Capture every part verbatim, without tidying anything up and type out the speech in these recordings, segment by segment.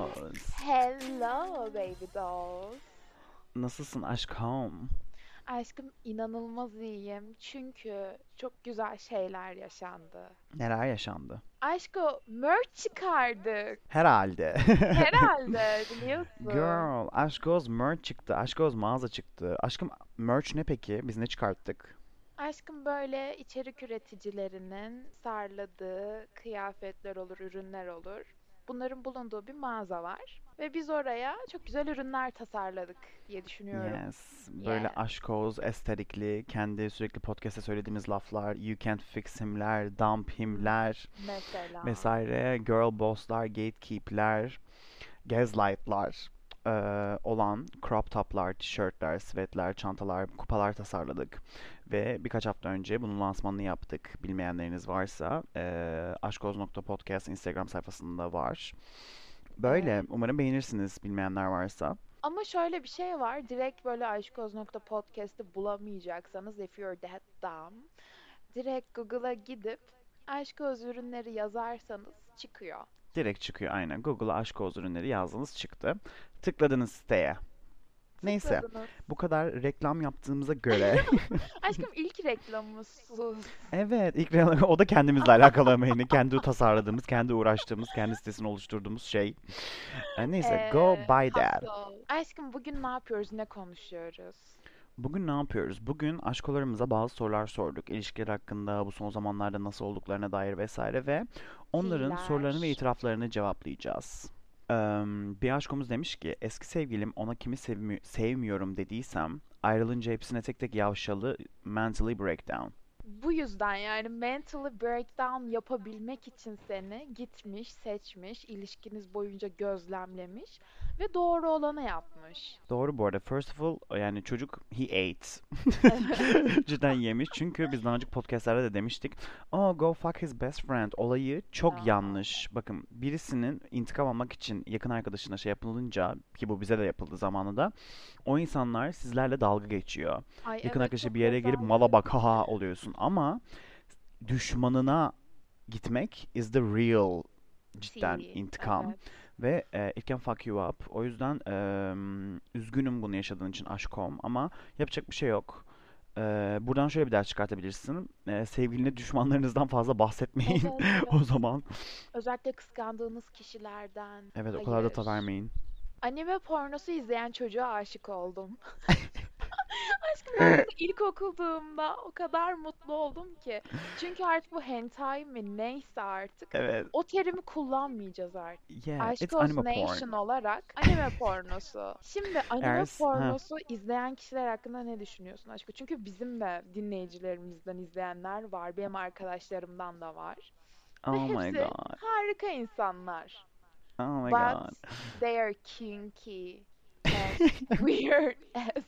Rose. Hello baby dolls. Nasılsın aşkım? Aşkım inanılmaz iyiyim çünkü çok güzel şeyler yaşandı. Neler yaşandı? Aşko merch çıkardık. Herhalde. Herhalde biliyorsun. Girl, Aşkoz merch çıktı. Aşkoz mağaza çıktı. Aşkım merch ne peki? Biz ne çıkarttık? Aşkım böyle içerik üreticilerinin sarladığı kıyafetler olur, ürünler olur. Bunların bulunduğu bir mağaza var. Ve biz oraya çok güzel ürünler tasarladık diye düşünüyorum. Yes. Böyle Yes. aşkoz estetikli, kendi sürekli podcast'te söylediğimiz laflar, you can't fix him'ler, dump Hmm, him'ler Mesela. vesaire, girl boss'lar, gatekeep'ler, gaslight'lar eee, olan crop top'lar, tişörtler, sweat'ler, çantalar, kupalar tasarladık. Ve birkaç hafta önce bunun lansmanını yaptık. Bilmeyenleriniz varsa eee aşkoz nokta podcast Instagram sayfasında var. Böyle. Evet. Umarım beğenirsiniz bilmeyenler varsa. Ama şöyle bir şey var. Direkt böyle aşkoz nokta podcast'ı bulamayacaksanız if you're that dumb, direkt Google'a gidip aşkoz ürünleri yazarsanız çıkıyor. Direkt çıkıyor aynen. Google'a aşkoz ürünleri yazdınız çıktı. Tıkladınız siteye. Neyse. Tıkladınız. Bu kadar reklam yaptığımıza göre Aşkım ilk reklamımız sus. evet, ilk re- o da kendimizle alakalı ama yine kendi tasarladığımız, kendi uğraştığımız, kendi sitesini oluşturduğumuz şey. E, neyse, go Eee buy that. hustle. Aşkım bugün ne yapıyoruz, ne konuşuyoruz? Bugün ne yapıyoruz? Bugün aşkolarımıza bazı sorular sorduk. İlişkiler hakkında, bu son zamanlarda nasıl olduklarına dair vesaire ve onların sorularını ve Tiler. itiraflarını cevaplayacağız. Eee, bir aşkomuz demiş ki eski sevgilim ona kimi sevmi- sevmiyorum dediysem ayrılınca hepsine tek tek yavşalı mentally breakdown. Bu yüzden yani mentally breakdown yapabilmek için seni gitmiş, seçmiş, ilişkiniz boyunca gözlemlemiş ve doğru olanı yapmış. Doğru bu arada. First of all yani çocuk he ate. Evet. Cidden yemiş. Çünkü biz daha önceki podcastlerde de demiştik. Oh go fuck his best friend. Olayı çok Ya. yanlış. Bakın birisinin intikam almak için yakın arkadaşına şey yapılınca ki bu bize de yapıldı zamanında. O insanlar sizlerle dalga geçiyor. Ay Yakın evet arkadaşı bir çok yere gelip mala rezalet. bak haha oluyorsun. Ama düşmanına gitmek is the real cidden T. intikam. Evet. Ve e, it can fuck you up. O yüzden em, üzgünüm bunu yaşadığın için aşkım ama yapacak bir şey yok. E, buradan şöyle bir ders çıkartabilirsin. E, sevgiline düşmanlarınızdan fazla bahsetmeyin Evet o evet. zaman. Özellikle kıskandığınız kişilerden. Evet o kadar da ta Hayır. vermeyin. Anime pornosu izleyen çocuğa aşık oldum. Aşkım ben bunu ilk okuduğumda o kadar mutlu oldum ki. Çünkü artık bu hentai mi neyse artık Evet. o terimi kullanmayacağız artık. Yeah, Aşk it's olsun anime porn. Nation olarak anime pornosu. Şimdi Eğer anime s- ha. pornosu izleyen kişiler hakkında ne düşünüyorsun aşkım? Çünkü bizim de dinleyicilerimizden izleyenler var. Benim arkadaşlarımdan da var. Ve Oh my hepsi god. harika insanlar. Oh my But god. they are kinky and weird as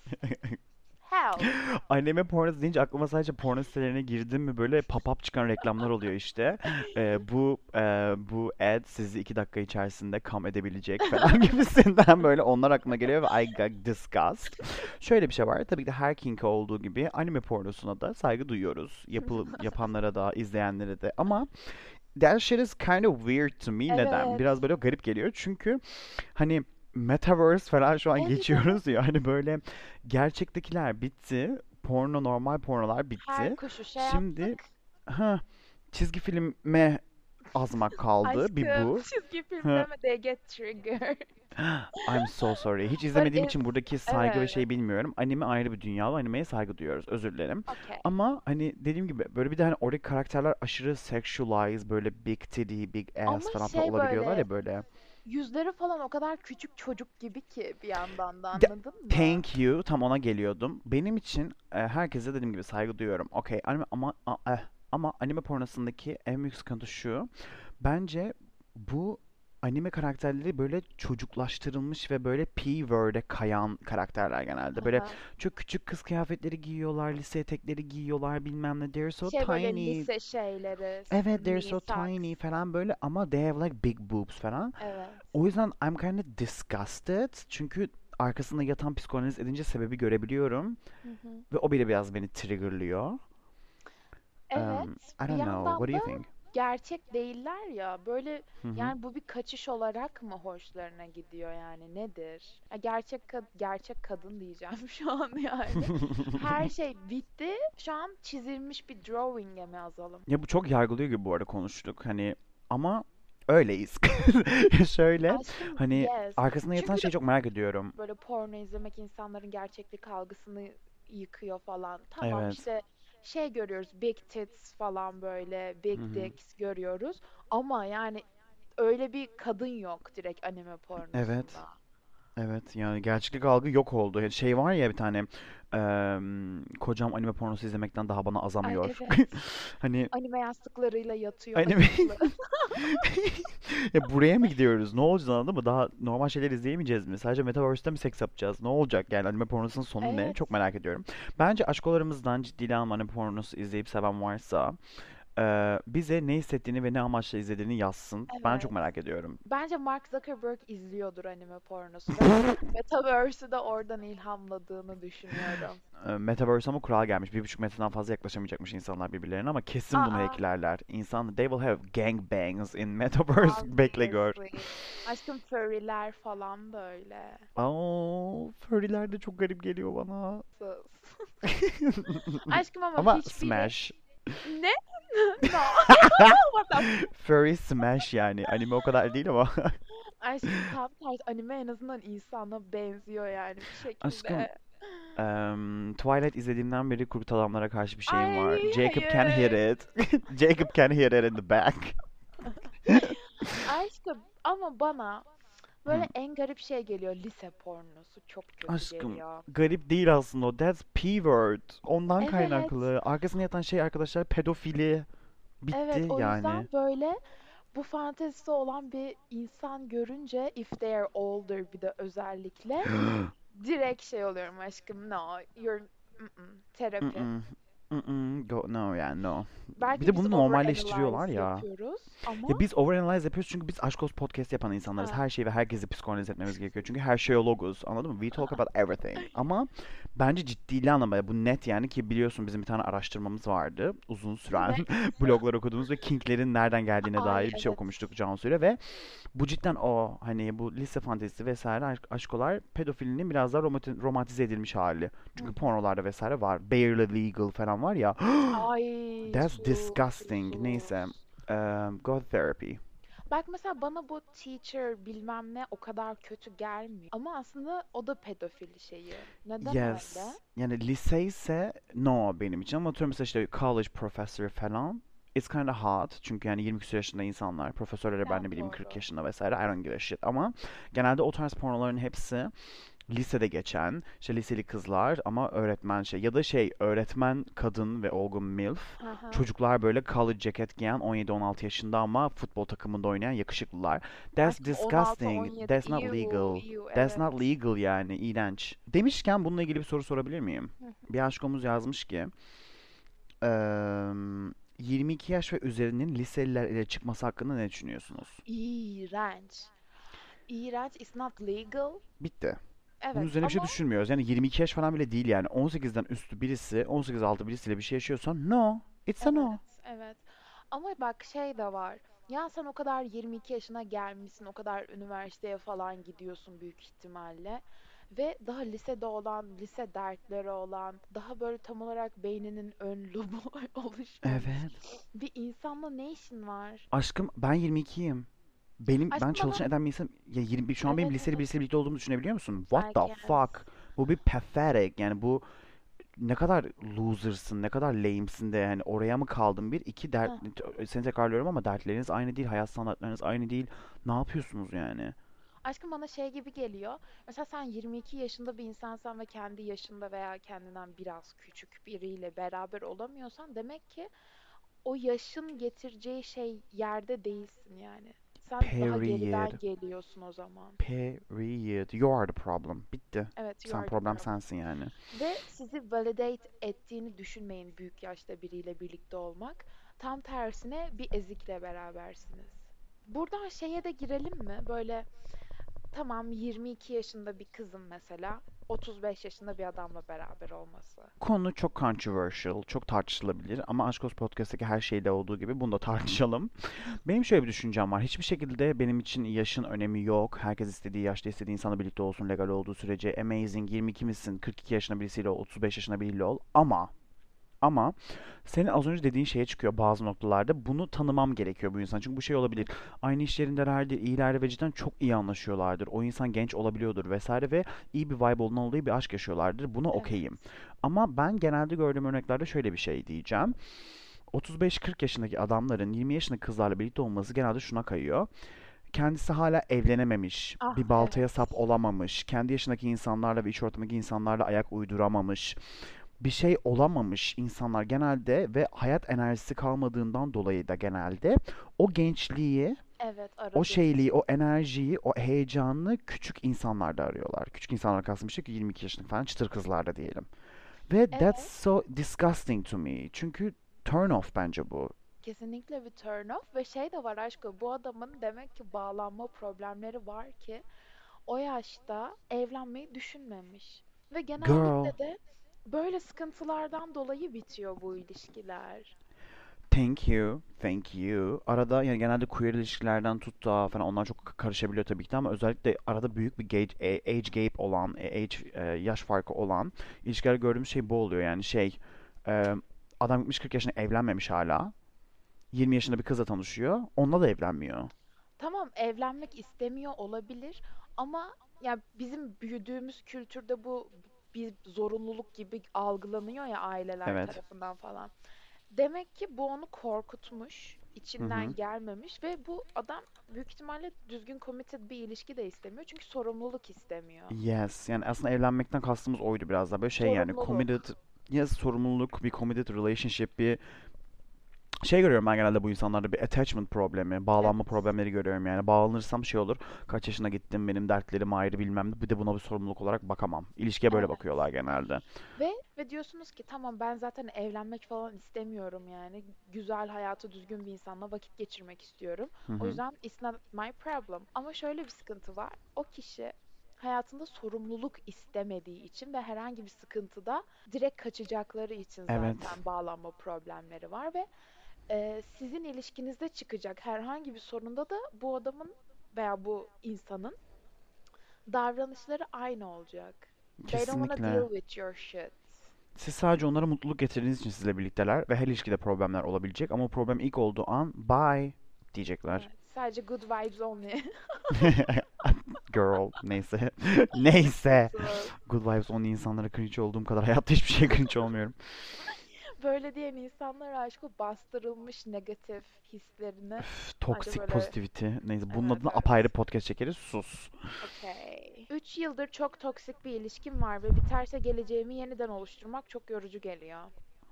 hell. Anime pornosu deyince aklıma sadece porno sitelerine girdim mi böyle pop-up çıkan reklamlar oluyor işte. Ee, bu e, bu ad sizi iki dakika içerisinde kam edebilecek falan gibisinden böyle onlar aklıma geliyor ve I got disgust. Şöyle bir şey var. Tabii ki de her kink olduğu gibi anime pornosuna da saygı duyuyoruz. Yapıl yapanlara da, izleyenlere de. Ama that shit is kind of weird to me. Neden? Evet. Biraz böyle garip geliyor. Çünkü hani Metaverse falan şu an Evet evet. geçiyoruz ya hani böyle gerçektekiler bitti. Porno normal pornolar Her bitti. kuşu şey Şimdi yaptık. ha çizgi filme azmak kaldı. Bir Aşkım bu. çizgi film Ha, deme they get triggered. I'm so sorry. Hiç But izlemediğim için it's buradaki saygı ve evet. şey bilmiyorum. Anime ayrı bir dünya ve animeye saygı duyuyoruz. Özür dilerim. Okay. Ama hani dediğim gibi böyle bir de hani oradaki karakterler aşırı sexualize böyle big titty, big Ama ass falan filan şey olabiliyorlar böyle ya böyle. yüzleri falan o kadar küçük çocuk gibi ki bir yandan da De- anladın mı? Thank you. Tam ona geliyordum. Benim için e, herkese dediğim gibi saygı duyuyorum. Okey. Anime ama a- eh. Ama anime pornosundaki en büyük sıkıntı şu. Bence bu anime karakterleri böyle çocuklaştırılmış ve böyle P-word'e kayan karakterler genelde. Böyle Aha. çok küçük kız kıyafetleri giyiyorlar, lise etekleri giyiyorlar bilmem ne. They're so Şey böyle tiny. lise şeyleri, Evet, they're mini so tiny socks. falan böyle ama they have like big boobs falan. Evet. O yüzden I'm kind of disgusted. Çünkü arkasında yatan psikanaliz edince sebebi görebiliyorum. Hı hı. Ve o bile biraz beni triggerlıyor. Um, Evet, I bir don't know. What yandan do da you think? gerçek değiller ya. Böyle Hı hı. yani bu bir kaçış olarak mı hoşlarına gidiyor yani nedir? Ya gerçek kad- gerçek kadın diyeceğim şu an yani. Her şey bitti. Şu an çizilmiş bir drawing'e mi yazalım? Ya bu çok yargılıyor gibi bu arada konuştuk. Hani ama öyleyiz. Şöyle Aşkım hani yes. arkasında yatan Çünkü şeyi çok merak ediyorum. böyle porno izlemek insanların gerçeklik algısını yıkıyor falan. Tamam Evet. işte şey görüyoruz big tits falan böyle Hı big hı. dicks görüyoruz ama yani öyle bir kadın yok direkt anime Evet. pornosunda. Evet yani gerçeklik algı yok oldu. Yani şey var ya bir tane em, kocam anime pornosu izlemekten daha bana Ay azamıyor. evet. Hani Anime yastıklarıyla yatıyor anime acıklı. ya buraya mı gidiyoruz? Ne olacak anladın mı? Daha normal şeyler izleyemeyeceğiz mi? Sadece Metaverse'te mi seks yapacağız? Ne olacak yani anime pornosunun sonu ne? Çok Evet. merak ediyorum. Bence aşkolarımızdan ciddiyle alma anime pornosu izleyip seven varsa eee, bize ne hissettiğini ve ne amaçla izlediğini yazsın. Ben çok Evet. merak ediyorum. Bence Mark Zuckerberg izliyordur anime pornosu ve Metaverse'ü de oradan ilhamladığını düşünüyorum. Eee, Metaverse ama kural gelmiş. Bir buçuk metreden fazla yaklaşamayacakmış insanlar birbirlerine ama kesin bunu Aa, hacklerler. İnsan, they will have gangbangs in Metaverse. Bekle gör. obviously. Aşkım furry'ler falan da öyle. Aa, furry'ler de çok garip geliyor bana. Sus. Aşkım ama Ama hiçbiri... Smash. Ne? No. What the f- Furry Smash yani. Anime o kadar değil ama. Aşkım tam tersi anime en azından insana benziyor yani bir Aşkım, şekilde. em, Twilight izlediğimden beri kurt adamlara karşı bir şeyim var. Ay Jacob can hit hayır. it. Jacob can hit it in the back. Aşkım ama bana Hı. böyle en garip şey geliyor. Lise pornosu çok kötü Aşkım, geliyor. garip değil aslında o. That's P-word. Ondan Evet. kaynaklı. Arkasında yatan şey arkadaşlar pedofili. Evet Bitti o yani. yüzden böyle bu fantezisi olan bir insan görünce if they are older bir de özellikle direkt şey oluyorum aşkım no you're mm-mm, terapi. Mm-mm. Mm-mm. Go no yani no. Bir Belki de biz bunu normalleştiriyorlar overanalyze ya. yapıyoruz ama Ya biz overanalyze yapıyoruz çünkü biz aşk olsun podcast yapan insanlarız. ha, Her şeyi ve herkesi psikanaliz etmemiz gerekiyor. Çünkü her şeyologuz. Anladın mı? We talk about everything. Ama bence ciddiyle anlamaya bu net yani ki biliyorsun bizim bir tane araştırmamız vardı. Uzun süren evet. bloglar okuduğumuz ve kinklerin nereden geldiğine Ay dair bir şey evet. okumuştuk Cansu'yla ve bu cidden o hani bu lise fantezisi vesaire aşk- aşkolar pedofilinin biraz daha romati- romantize edilmiş hali. Hı Çünkü hı. pornolarda vesaire var. Barely legal falan var ya. Ay That's sus sus disgusting. Neyse. sus. Um, go therapy. Bak mesela bana bu teacher bilmem ne o kadar kötü gelmiyor. Ama aslında o da pedofili şeyi. Neden öyle? Yes. Yani lise ise no benim için ama atıyorum mesela işte college professor falan. It's kind of hot. Çünkü yani yirmi küsur yaşında insanlar. Profesörleri ben Yani ne bileyim kırk doğru. yaşında vesaire. I don't give a shit. Ama genelde o tarz pornoların hepsi lisede geçen, işte liseli kızlar ama öğretmen şey ya da şey öğretmen kadın ve olgun milf. Hı hı. Çocuklar böyle college ceket giyen on yedi on altı yaşında ama futbol takımında oynayan yakışıklılar. That's Aşkım on altı disgusting. on yedi. That's not Iyu, legal. iyu That's not evet. legal yani. İğrenç. Demişken bununla ilgili bir soru sorabilir miyim? Hı hı. Bir aşkomuz yazmış ki eee, yirmi iki yaş ve üzerinin liseliler ile çıkması hakkında ne düşünüyorsunuz? İğrenç. İğrenç. It's not legal. Bitti. Bunun Evet üzerine bir şey ama düşünmüyoruz. Yani yirmi iki yaş falan bile değil yani. on sekizden üstü birisi, on sekiz altı birisiyle bir şey yaşıyorsan no. It's a no. evet evet. Ama bak şey de var. Ya sen o kadar yirmi iki yaşına gelmişsin, o kadar üniversiteye falan gidiyorsun büyük ihtimalle. Ve daha lisede olan, lise dertleri olan, daha böyle tam olarak beyninin ön lobu oluşmamış Evet. bir insanla ne işin var? Aşkım ben yirmi ikiyim. Benim ben Aşkım bana çalışan eden bir insan ya yirmi şu an benim evet liseli evet birisiyle birlikte olduğumu düşünebiliyor musun? What I the guess. fuck? Bu bir pathetic yani bu ne kadar loser'sın, ne kadar lame'sin de yani oraya mı kaldın bir, iki dert Heh. seni tekrarlıyorum ama dertleriniz aynı değil, hayat standartlarınız aynı değil. Ne yapıyorsunuz yani? Aşkım bana şey gibi geliyor. Mesela sen yirmi iki yaşında bir insansan ve kendi yaşında veya kendinden biraz küçük biriyle beraber olamıyorsan demek ki o yaşın getireceği şey yerde değilsin yani. Sen daha geriden Period. geliyorsun o zaman. Period. You are the problem. Bitti. Evet, you Sen are the problem problem. sensin yani. Ve sizi validate ettiğini düşünmeyin büyük yaşta biriyle birlikte olmak. Tam tersine bir ezikle berabersiniz. Buradan şeye de girelim mi? Böyle Tamam, yirmi iki yaşında bir kızın mesela otuz beş yaşında bir adamla beraber olması. Konu çok controversial, çok tartışılabilir ama Aşk Olsun Podcast'taki her şeyde olduğu gibi bunu da tartışalım. Benim şöyle bir düşüncem var. Hiçbir şekilde benim için yaşın önemi yok. Herkes istediği yaşta istediği insanla birlikte olsun legal olduğu sürece. Amazing yirmi iki misin? kırk iki yaşında birisiyle ol, otuz beş yaşında biriyle ol. Ama ama senin az önce dediğin şeye çıkıyor bazı noktalarda. Bunu tanımam gerekiyor bu insan. Çünkü bu şey olabilir. Aynı iş yerindelerdir, iyiler ve cidden çok iyi anlaşıyorlardır. O insan genç olabiliyordur vesaire ve iyi bir vibe olduğundan dolayı bir aşk yaşıyorlardır. Buna okeyim. Evet. Ama ben genelde gördüğüm örneklerde şöyle bir şey diyeceğim. otuz beş kırk yaşındaki adamların yirmi yaşındaki kızlarla birlikte olması genelde şuna kayıyor. Kendisi hala evlenememiş, Ah, bir baltaya sap evet. olamamış, kendi yaşındaki insanlarla ve iş ortamındaki insanlarla ayak uyduramamış, bir şey olamamış insanlar genelde ve hayat enerjisi kalmadığından dolayı da genelde o gençliği, Evet, o aradıkları. şeyliği, o enerjiyi, o heyecanı küçük insanlarda arıyorlar. Küçük insanlar kastım işte ki yirmi iki yaşındaki falan çıtır kızlarda diyelim. Ve that's Evet, so disgusting to me. Çünkü turn off bence bu. kesinlikle bir turn off ve şey de var aşkım, bu adamın demek ki bağlanma problemleri var ki o yaşta evlenmeyi düşünmemiş. Ve Girl, genellikle de böyle sıkıntılardan dolayı bitiyor bu ilişkiler. thank you, thank you. Arada yani genelde queer ilişkilerden tut da falan onlar çok karışabiliyor tabii ki de ama özellikle arada büyük bir gauge, e, age gap olan, e, age e, yaş farkı olan ilişkiler gördüğümüz şey bu oluyor. Yani şey e, adam yetmiş kırk yaşında evlenmemiş hala. yirmi yaşında bir kızla tanışıyor. Onunla da evlenmiyor. Tamam, evlenmek istemiyor olabilir ama ya bizim büyüdüğümüz kültürde bu bir zorunluluk gibi algılanıyor ya aileler Evet. tarafından falan. Demek ki bu onu korkutmuş, Hı hı. içinden gelmemiş ve bu adam büyük ihtimalle düzgün committed bir ilişki de istemiyor çünkü sorumluluk istemiyor. Yes. Yani aslında evlenmekten kastımız oydu biraz daha. Böyle şey yani committed, Sorumluluk. yes sorumluluk, bir committed relationship, bir şey görüyorum ben genelde bu insanlarda bir attachment problemi, bağlanma Evet. problemleri görüyorum yani. Bağlanırsam şey olur, kaç yaşına gittim, benim dertlerim ayrı bilmem ne, bir de buna bir sorumluluk olarak bakamam. İlişkiye böyle Evet. bakıyorlar genelde. Ve ve diyorsunuz ki tamam, ben zaten evlenmek falan istemiyorum yani. Güzel, hayatı düzgün bir insanla vakit geçirmek istiyorum. Hı O hı. yüzden it's not my problem. Ama şöyle bir sıkıntı var. O kişi hayatında sorumluluk istemediği için ve herhangi bir sıkıntıda direkt kaçacakları için Evet. zaten bağlanma problemleri var ve e, sizin ilişkinizde çıkacak herhangi bir sorunda da bu adamın veya bu insanın davranışları aynı olacak. They don't wanna Kesinlikle. deal with your shit. Siz sadece onlara mutluluk getirdiğiniz için sizle birlikteler ve her ilişkide problemler olabilecek ama o problem ilk olduğu an bye diyecekler. Evet, sadece good vibes only. Girl, neyse. Neyse. Sus. Good vibes only insanlara cringe olduğum kadar hayatta hiçbir şeye cringe olmuyorum. Böyle diyen insanlar aşkı bastırılmış negatif hislerini sadece Toxic böyle positivity. Neyse bunun evet adına apayrı evet. podcast çekeriz. Sus. Okey. Üç yıldır çok toksik bir ilişkim var ve biterse geleceğimi yeniden oluşturmak çok yorucu geliyor.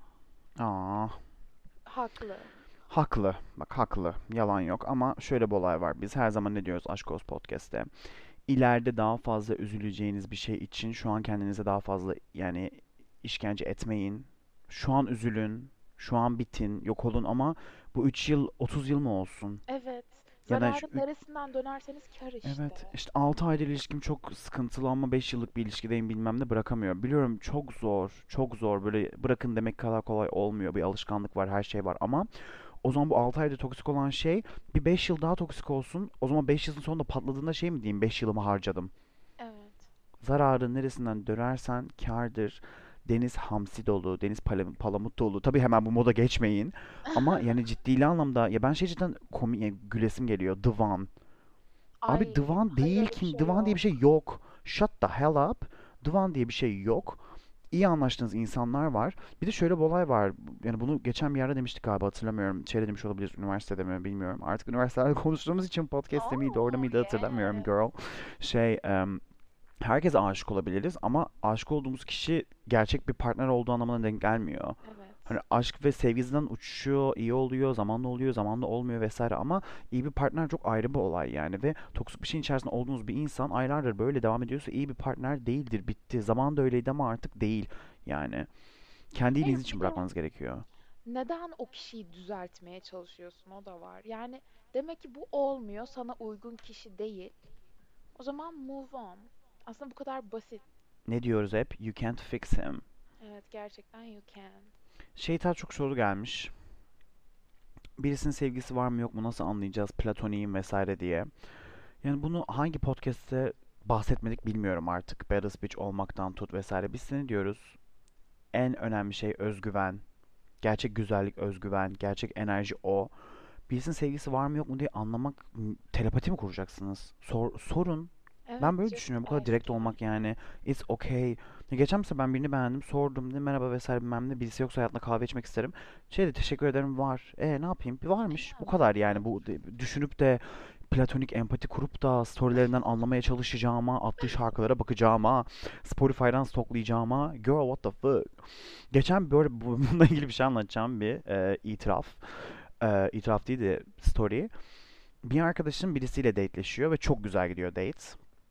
Aa, Haklı. haklı. Bak haklı. Yalan yok ama şöyle bir olay var. Biz her zaman ne diyoruz Aşk Olsun Podcast'te? İleride daha fazla üzüleceğiniz bir şey için şu an kendinize daha fazla yani işkence etmeyin. Şu an üzülün. Şu an bitin. Yok olun ama bu üç yıl otuz yıl mı olsun? Evet. Ya da şu Zararın neresinden dönerseniz kâr evet, işte. işte altı aydır ilişkim çok sıkıntılı ama beş yıllık bir ilişkideyim bilmem ne bırakamıyorum. Biliyorum çok zor, çok zor. Böyle bırakın demek kadar kolay olmuyor. Bir alışkanlık var, her şey var ama o zaman bu altı ayda toksik olan şey bir beş yıl daha toksik olsun. O zaman beş yılın sonunda patladığında şey mi diyeyim? Beş yılımı harcadım. Evet. Zararın neresinden dönersen kârdır. Deniz hamsi dolu, deniz pala- palamut dolu. Tabii hemen bu moda geçmeyin. Ama yani ciddi anlamda ya ben şey cidden komi yani gülesim geliyor. Dıvan. Abi Ay, divan hayır, değil öyle bir ki. şey Divan diye bir yok. şey yok. Shut the hell up. Divan diye bir şey yok. İyi anlaştığınız insanlar var. Bir de şöyle bir olay var. Yani bunu geçen bir yerde demiştik galiba hatırlamıyorum. Şeyde demiş olabiliriz üniversitede mi bilmiyorum. Artık üniversitelerde konuştuğumuz için podcast'te miydi orada Oh mıydı hatırlamıyorum yeah. girl. Şey em, herkese aşık olabiliriz ama aşık olduğumuz kişi gerçek bir partner olduğu anlamına denk gelmiyor. Evet. Hani aşk ve sevgisinden uçuşuyor, iyi oluyor, zamanla oluyor, zamanla olmuyor vesaire ama iyi bir partner çok ayrı bir olay yani ve toksik bir şeyin içerisinde olduğunuz bir insan aylardır böyle devam ediyorsa iyi bir partner değildir, bitti. Zamanında öyleydi ama artık değil yani. Kendi Hayır, iyiliğiniz için bir de bırakmanız gerekiyor. neden o kişiyi düzeltmeye çalışıyorsun, o da var. Yani demek ki bu olmuyor, sana uygun kişi değil. O zaman move on. Aslında bu kadar basit. Ne diyoruz hep? You can't fix him. Evet, gerçekten you can. Şeytan çok soru gelmiş. Birisinin sevgisi var mı yok mu nasıl anlayacağız platoniyim vesaire diye. Yani bunu hangi podcast'te bahsetmedik bilmiyorum artık. Bad Bitch olmaktan tut vesaire. Biz ne diyoruz? En önemli şey özgüven. Gerçek güzellik özgüven. Gerçek enerji o. Birisinin sevgisi var mı yok mu diye anlamak telepati mi kuracaksınız? Sor, sorun. Ben Evet, böyle just düşünüyorum. Bu kadar direkt ask. olmak yani. It's okay. Ya geçen mesela ben birini beğendim. Sordum. Dedim, merhaba vesaire bilmem ne. Birisi yoksa hayatında kahve içmek isterim. Şey de teşekkür ederim var. E ne yapayım? Bir E varmış. Bu yani, kadar yani. evet. Bu de- düşünüp de platonik empati kurup da storylerinden anlamaya çalışacağıma, attığı şarkılara bakacağıma, Spotify'dan stoklayacağıma. Girl what the fuck. Geçen böyle bu- bununla ilgili bir şey anlatacağım bir e, itiraf. E, itiraf değil de story. Bir arkadaşım birisiyle dateleşiyor ve çok güzel gidiyor date.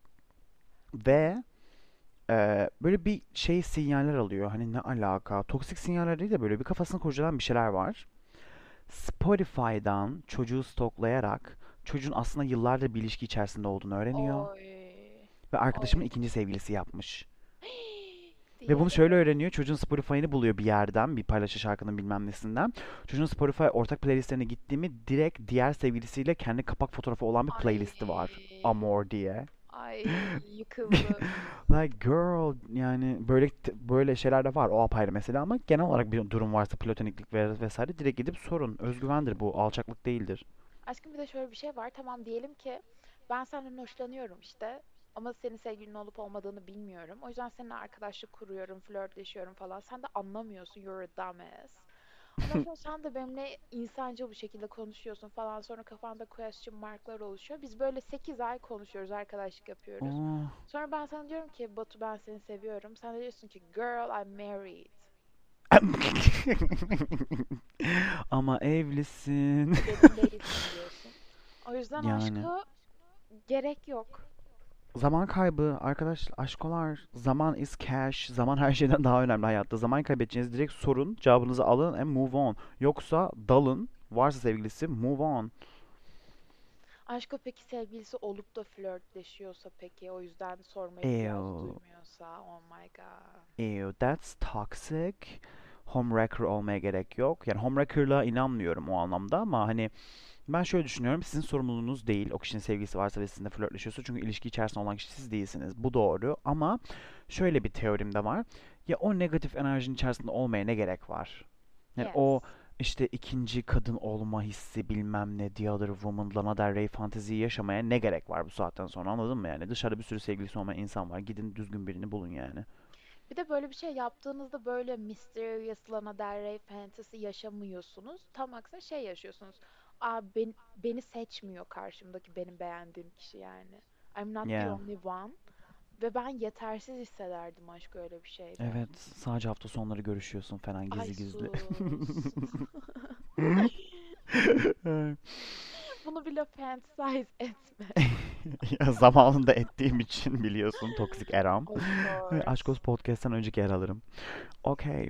Ve e, böyle bir şey sinyaller alıyor. Hani ne alaka? Toksik sinyaller değil de böyle bir kafasını kurcalayan bir şeyler var. Spotify'dan çocuğu stoklayarak çocuğun aslında yıllardır bir ilişki içerisinde olduğunu öğreniyor. Oy. Ve arkadaşımın Oy. ikinci sevgilisi yapmış. Ve bunu şöyle Diğeri. öğreniyor. Çocuğun Spotify'ını buluyor bir yerden. Bir paylaşı şarkının bilmem nesinden. Çocuğun Spotify ortak playlistlerine gittiğimi direkt diğer sevgilisiyle kendi kapak fotoğrafı olan bir Ay. playlisti var. Amor diye. Ay, yıkıldı. Like girl yani böyle böyle şeyler de var. O apayrı mesela ama genel olarak bir durum varsa platoniklik ve vesaire direkt gidip sorun. Özgüvendir bu. Alçaklık değildir. Aşkım, bir de şöyle bir şey var. Tamam, diyelim ki ben senden hoşlanıyorum işte. Ama senin sevgilin olup olmadığını bilmiyorum. O yüzden seninle arkadaşlık kuruyorum, flörtleşiyorum falan. Sen de anlamıyorsun. You're a dumbass. Ondan sonra sen de benimle insancıl bir şekilde konuşuyorsun falan. Sonra kafanda question marklar oluşuyor. Biz böyle sekiz ay konuşuyoruz, arkadaşlık yapıyoruz. Aa. Sonra ben sana diyorum ki Batu, ben seni seviyorum. Sen de diyorsun ki girl, I'm married. Ama evlisin. Benim değilsin diyorsun. O yüzden Yani aşka gerek yok. zaman kaybı arkadaş aşkolar. Zaman is cash. Zaman her şeyden daha önemli hayatta. Zaman kaybedeceğiniz direkt sorun. Cevabınızı alın and move on. Yoksa dalın. Varsa sevgilisi move on. Aşko peki sevgilisi olup da flörtleşiyorsa, peki o yüzden sorma ihtiyacı Ew. duymuyorsa, oh my god. Ew. That's toxic. Homewrecker olmaya gerek yok. Yani homewrecker'la inanmıyorum o anlamda ama hani ben şöyle düşünüyorum. Sizin sorumluluğunuz değil. O kişinin sevgilisi varsa ve sizinle flörtleşiyorsa. Çünkü ilişki içerisinde olan kişi siz değilsiniz. Bu doğru. Ama şöyle bir teorim de var. Ya o negatif enerjinin içerisinde olmaya ne gerek var? Yani o Yes. işte ikinci kadın olma hissi bilmem ne The Other Woman, Lana Del Rey fanteziyi yaşamaya ne gerek var bu saatten sonra anladın mı yani? Dışarıda bir sürü sevgilisi olmayan insan var. Gidin düzgün birini bulun yani. Bir de böyle bir şey yaptığınızda böyle mysterious Lana Del Rey fantasy yaşamıyorsunuz. Tam aksine şey yaşıyorsunuz. Aa, ben, beni seçmiyor karşımdaki benim beğendiğim kişi yani. I'm not the Yeah. only one. Ve ben yetersiz hissederdim aşk öyle bir şeyde. Evet, sadece hafta sonları görüşüyorsun falan Ay gizli gizli. sus. Bunu bile fantasize etme. Ya zamanında ettiğim için biliyorsun toksik eram. Of course. Aşkos Podcast'tan önceki eralarım. Okey.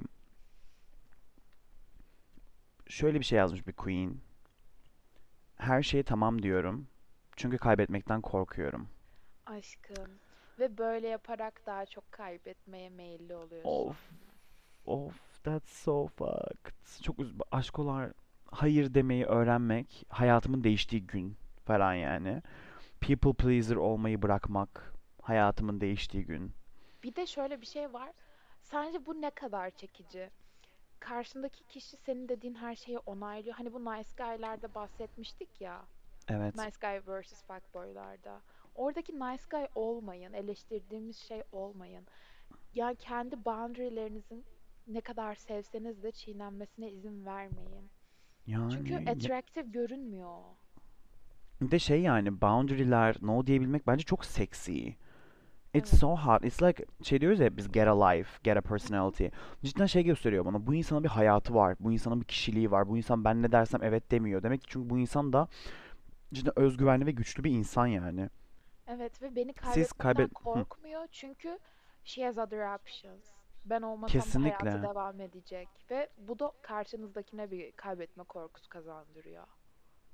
Şöyle bir şey yazmış bir queen. Her şeye tamam diyorum. Çünkü kaybetmekten korkuyorum. Aşkım. Ve böyle yaparak daha çok kaybetmeye meyilli oluyorsun. Of, of, that's so fucked. Çok üz aşkolar hayır demeyi öğrenmek hayatımın değiştiği gün falan yani. People pleaser olmayı bırakmak hayatımın değiştiği gün. Bir de şöyle bir şey var. Sence bu ne kadar çekici? Karşındaki kişi senin dediğin her şeyi onaylıyor. Hani bu Nice Guy'larda bahsetmiştik ya. Evet. Nice Guy versus Fuckboy'larda. Oradaki nice guy olmayın, eleştirdiğimiz şey olmayın. Yani kendi boundary'lerinizin ne kadar sevseniz de çiğnenmesine izin vermeyin. Çünkü Yani ya- attractive görünmüyor. bir de şey yani boundary'ler no diyebilmek bence çok seksi. It's Evet. so hot. It's like şey diyoruz ya biz get a life, get a Hı hı. personality. Cidden şey gösteriyor bana. Bu insanın bir hayatı var. Bu insanın bir kişiliği var. Bu insan ben ne dersem evet demiyor. Demek ki çünkü bu insan da cidden özgüvenli ve güçlü bir insan yani. Evet, ve beni Siz kaybetmekten kaybet... Hı, korkmuyor çünkü she has other options. Ben olmasam da hayatı kesinlikle. devam edecek ve bu da karşınızdakine bir kaybetme korkusu kazandırıyor.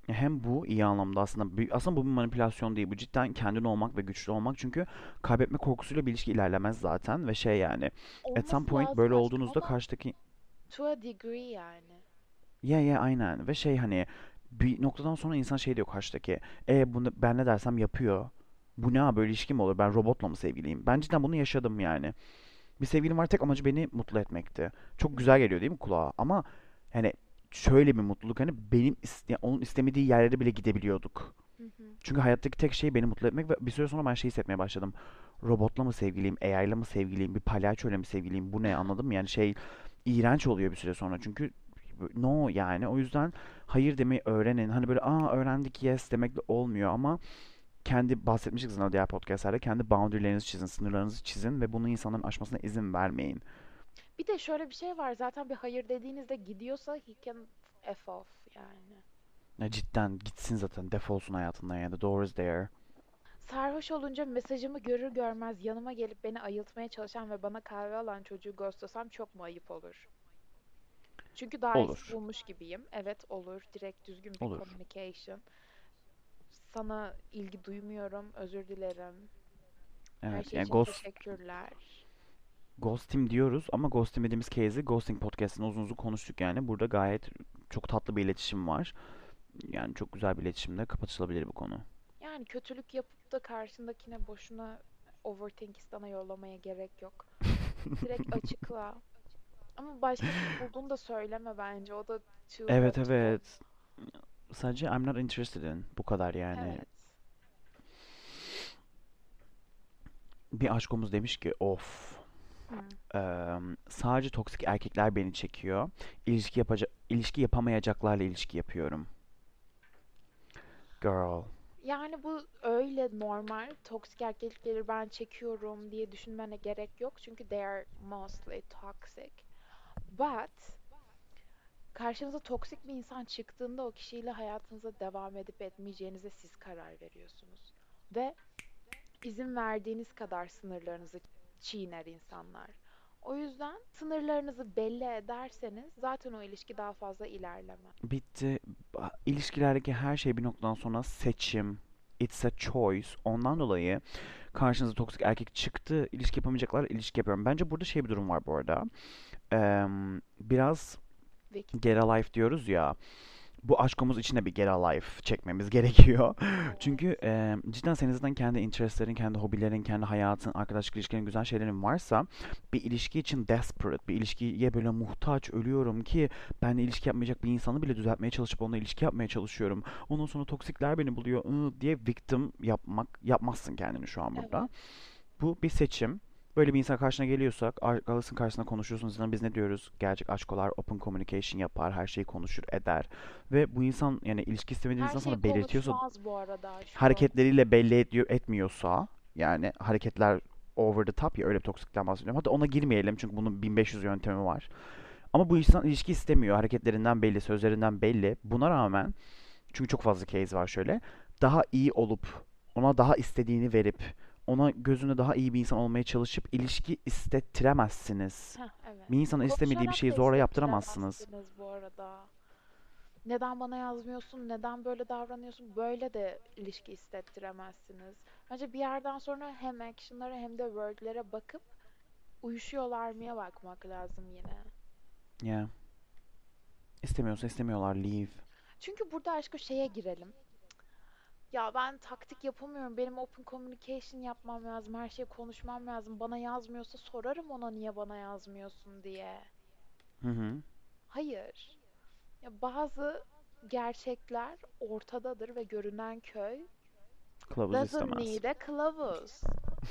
Hem bu iyi anlamda aslında bir- aslında bu bir manipülasyon değil. Bu cidden kendin olmak ve güçlü olmak. Çünkü kaybetme korkusuyla bir ilişki ilerlemez zaten ve şey yani at some Olması point lazım böyle aşkım olduğunuzda ama karşıdaki to a degree yani. ya ya aynen ve şey hani bir noktadan sonra insan şey diyor karşıdaki e bunu ben ne dersem yapıyor. Bu ne abi böyle ilişki mi olur? Ben robotla mı sevgiliyim? Ben cidden bunu yaşadım yani. Bir sevgilim var tek amacı beni mutlu etmekti. Hı Çok güzel hı, geliyor değil mi kulağa? Ama hani şöyle bir mutluluk hani benim is- ya onun istemediği yerlere bile gidebiliyorduk. hı hı. Çünkü hayattaki tek şey beni mutlu etmek ve bir süre sonra ben şey hissetmeye başladım. Robotla mı sevgiliyim, A I'la mı sevgiliyim, bir palyaçoyla mı sevgiliyim, bu ne anladın mı? Yani şey iğrenç oluyor bir süre sonra çünkü no yani o yüzden hayır demeyi öğrenin. Hani böyle aa öğrendik yes demekle olmuyor ama kendi bahsetmiştik zaten diğer podcastlerde kendi boundary'lerinizi çizin, sınırlarınızı çizin ve bunu insanların aşmasına izin vermeyin. Bir de şöyle bir şey var. Zaten bir hayır dediğinizde gidiyorsa he can F off yani. Ya cidden gitsin zaten defolsun hayatından yani the door is there. Sarhoş olunca mesajımı görür görmez yanıma gelip beni ayıltmaya çalışan ve bana kahve alan çocuğu ghostlasam çok mu ayıp olur? Çünkü daha iyisini Olur. bulmuş gibiyim. Evet olur. Direkt düzgün bir Olur. communication. Sana ilgi duymuyorum. Özür dilerim. Her Evet şey yani için ghost teşekkürler. ghosting diyoruz ama ghosting dediğimiz case'i ghosting podcast'ını uzun uzun konuştuk yani. Burada gayet çok tatlı bir iletişim var. Yani çok güzel bir iletişimde kapatılabilir bu konu. Yani kötülük yapıp da karşındakine boşuna overthink istana yollamaya gerek yok. Direkt açıkla. Ama başkasını bulduğunu da söyleme bence. O da too Evet hurtful. evet. Sadece I'm not interested in. Bu kadar yani. Evet. Bir aşkomuz demiş ki of. Hı. eee, sadece toksik erkekler beni çekiyor. İlişki yapacak, ilişki yapamayacaklarla ilişki yapıyorum. Girl. Yani bu öyle normal. Toksik erkekleri ben çekiyorum diye düşünmene gerek yok. Çünkü they are mostly toxic. But karşınıza toksik bir insan çıktığında o kişiyle hayatınıza devam edip etmeyeceğinize siz karar veriyorsunuz. Ve izin verdiğiniz kadar sınırlarınızı çiğner insanlar. O yüzden sınırlarınızı belli ederseniz zaten o ilişki daha fazla ilerlemez. Bitti. Ba- İlişkilerdeki her şey bir noktadan sonra seçim. It's a choice. Ondan dolayı karşınıza toksik erkek çıktı. İlişki yapamayacaklar, ilişki yapıyorum. Bence burada şey bir durum var bu arada. Eee, biraz Victim. get a life diyoruz ya. Bu aşkımız içine bir get a life çekmemiz gerekiyor. Çünkü Evet. eee, cidden senin zaten kendi interestlerin, kendi hobilerin, kendi hayatın, arkadaşlık ilişkilerin, güzel şeylerin varsa bir ilişki için desperate, bir ilişkiye böyle muhtaç ölüyorum ki ben ilişki yapmayacak bir insanı bile düzeltmeye çalışıp onunla ilişki yapmaya çalışıyorum. Ondan sonra toksikler beni buluyor ıı, diye victim yapmak yapmazsın kendini şu an burada. Evet. Bu bir seçim. Böyle bir insan karşına geliyorsak, arkadaşın karşısında konuşuyorsunuz. Zaten biz ne diyoruz? Gerçek aşkolar open communication yapar, her şeyi konuşur, eder. Ve bu insan yani ilişki istemediğin Her insan şey sana belirtiyorsa, konuşmaz bu arada aşkım. hareketleriyle belli ediyor, etmiyorsa, yani hareketler over the top ya öyle bir toksikten bahsediyorum. Hadi ona girmeyelim çünkü bunun bin beş yüz yöntemi var. Ama bu insan ilişki istemiyor. Hareketlerinden belli, sözlerinden belli. Buna rağmen çünkü çok fazla case var şöyle. Daha iyi olup, ona daha istediğini verip, ona gözünde daha iyi bir insan olmaya çalışıp ilişki istettiremezsiniz. Heh, evet. Bir insana istemediği bir Konuşarak şeyi da zorla yaptıramazsınız. hissettiremezsiniz bu arada. Neden bana yazmıyorsun? Neden böyle davranıyorsun? Böyle de ilişki hissettiremezsiniz. Bence bir yerden sonra hem action'lara hem de word'lere bakıp uyuşuyorlar mıya bakmak lazım yine. Yeah. İstemiyorsa istemiyorlar. Leave. Çünkü burada aşkı şeye girelim. Ya ben taktik yapamıyorum. Benim open communication yapmam lazım. Her şeyi konuşmam lazım. Bana yazmıyorsa sorarım ona niye bana yazmıyorsun diye. Hı hı. Hayır. Ya bazı gerçekler ortadadır ve görünen köy Kılavuz doesn't istemez. need a kılavuz.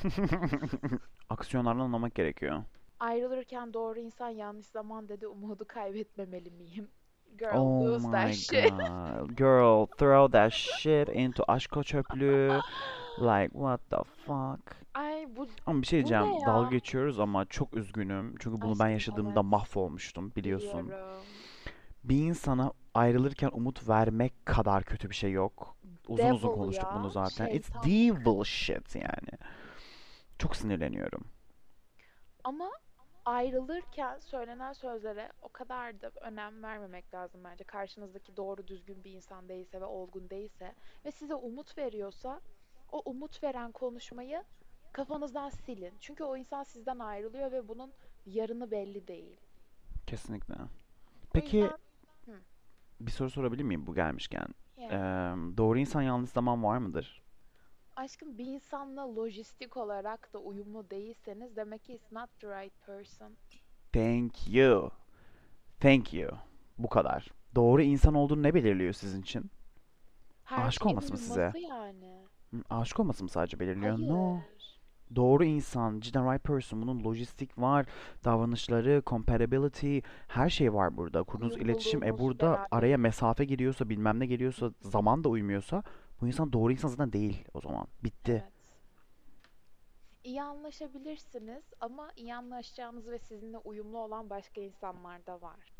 Aksiyonlardan anlamak gerekiyor. Ayrılırken doğru insan yanlış zaman dedi. Umudu kaybetmemeli miyim? Girl, Oh lose that my shit. god. Girl, throw that shit into aşk çöplüğü. Like what the fuck? Ay bu Ama bir şey bu diyeceğim. ne Dalga ya? geçiyoruz ama çok üzgünüm. Çünkü bunu ben Aşkım yaşadığımda evet. mahvolmuştum biliyorsun. Biliyorum. Bir insana ayrılırken umut vermek kadar kötü bir şey yok. Uzun uzun Devil konuştuk bunu ya. zaten. It's Şeytan. devil shit yani. Çok sinirleniyorum. Ama ayrılırken söylenen sözlere o kadar da önem vermemek lazım bence. Karşınızdaki doğru düzgün bir insan değilse ve olgun değilse ve size umut veriyorsa o umut veren konuşmayı kafanızdan silin. Çünkü o insan sizden ayrılıyor ve bunun yarını belli değil. Kesinlikle. O Peki yüzden hı, bir soru sorabilir miyim bu gelmişken? Eee, yani doğru insan yanlış zaman var mıdır? aşkım bir insanla lojistik olarak da uyumlu değilseniz demek ki it's not the right person. Thank you. Thank you. Bu kadar. Doğru insan olduğunu ne belirliyor sizin için? Her Aşık şeyin olması mı size? uyuması yani. Hı, aşık olması mı sadece belirliyor? No. Hayır. Doğru insan, cidden right person. Bunun lojistik var, davranışları, compatibility, her şey var burada. Kurduğunuz iletişim, e Uyumluluğunuz, burada araya beraberiniz. mesafe giriyorsa, bilmem ne geliyorsa, zaman da uymuyorsa, bu insan doğru insan zaten değil o zaman. Bitti. Evet. İyi anlaşabilirsiniz ama iyi anlaşacağınız ve sizinle uyumlu olan başka insanlar da var.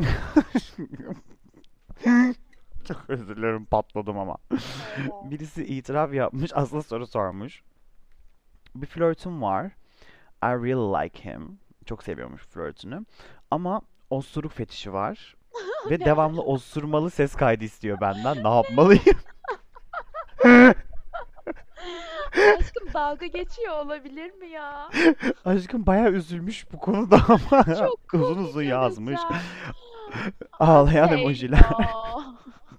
Çok özür dilerim, patladım ama. Öyle. Birisi itiraf yapmış, aslında soru sormuş. Bir flörtüm var. I really like him. Çok seviyormuş flörtünü. Ama osuruk fetişi var. Ve Ne? devamlı osurmalı ses kaydı istiyor benden. Ne yapmalıyım? Aşkım dalga geçiyor olabilir mi ya? Aşkım bayağı üzülmüş bu konuda ama Çok uzun uzun komik yazmış. öleceğim. I Ağlayan say emojiler. no.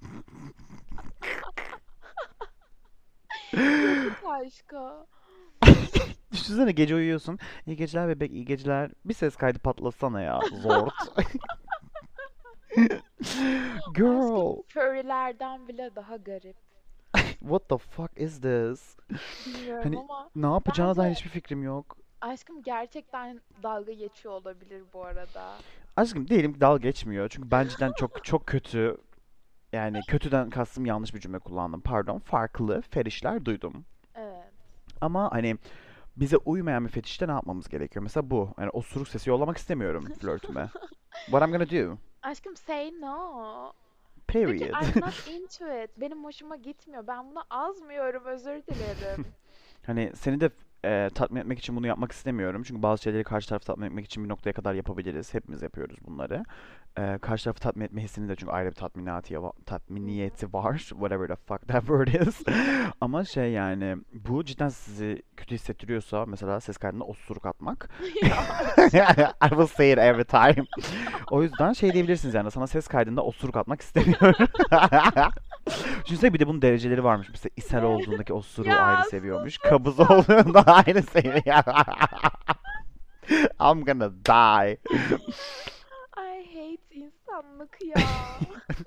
Yazık aşka. Düşünsene gece uyuyorsun. İyi geceler bebek, iyi geceler. Bir ses kaydı patlasana ya. Zort. Aşkım Girl, furrylerden bile daha garip. what the fuck is this? Bilmiyorum Hani ama ne yapacağına dair bence hiçbir fikrim yok. aşkım gerçekten dalga geçiyor olabilir bu arada. Aşkım diyelim ki dalga geçmiyor. Çünkü ben cidden çok çok kötü. Yani kötüden kastım, yanlış bir cümle kullandım. Pardon. Farklı fetişler duydum. Evet. Ama hani bize uymayan bir fetişte ne yapmamız gerekiyor? Mesela bu. Yani osuruk sesi yollamak istemiyorum flörtüme. What I'm gonna do? Aşkım say no. De ki Period. I'm not into it. Benim hoşuma gitmiyor. Ben buna azmıyorum. Özür dilerim. Hani seni de e, tatmin etmek için bunu yapmak istemiyorum. Çünkü bazı şeyleri karşı tarafı tatmin etmek için bir noktaya kadar yapabiliriz. Hepimiz yapıyoruz bunları. E, karşı tarafı tatmin etme hissinin de çünkü ayrı bir tatminatı, Hı hı. tatminiyeti var. Whatever the fuck that word is. Ama şey, yani bu cidden sizi kötü hissettiriyorsa, mesela ses kaydında osuruk atmak. Ya aşkım. I will say it every time. O yüzden şey diyebilirsiniz, yani sana ses kaydında osuruk atmak istemiyorum. Düşünsene, bir de bunun dereceleri varmış. Mesela ishal Ne? olduğundaki osuruğu ayrı Ya sus seviyormuş. Kabız lütfen. olduğunda ayrı seviyor. I'm gonna die. I hate insanlık ya.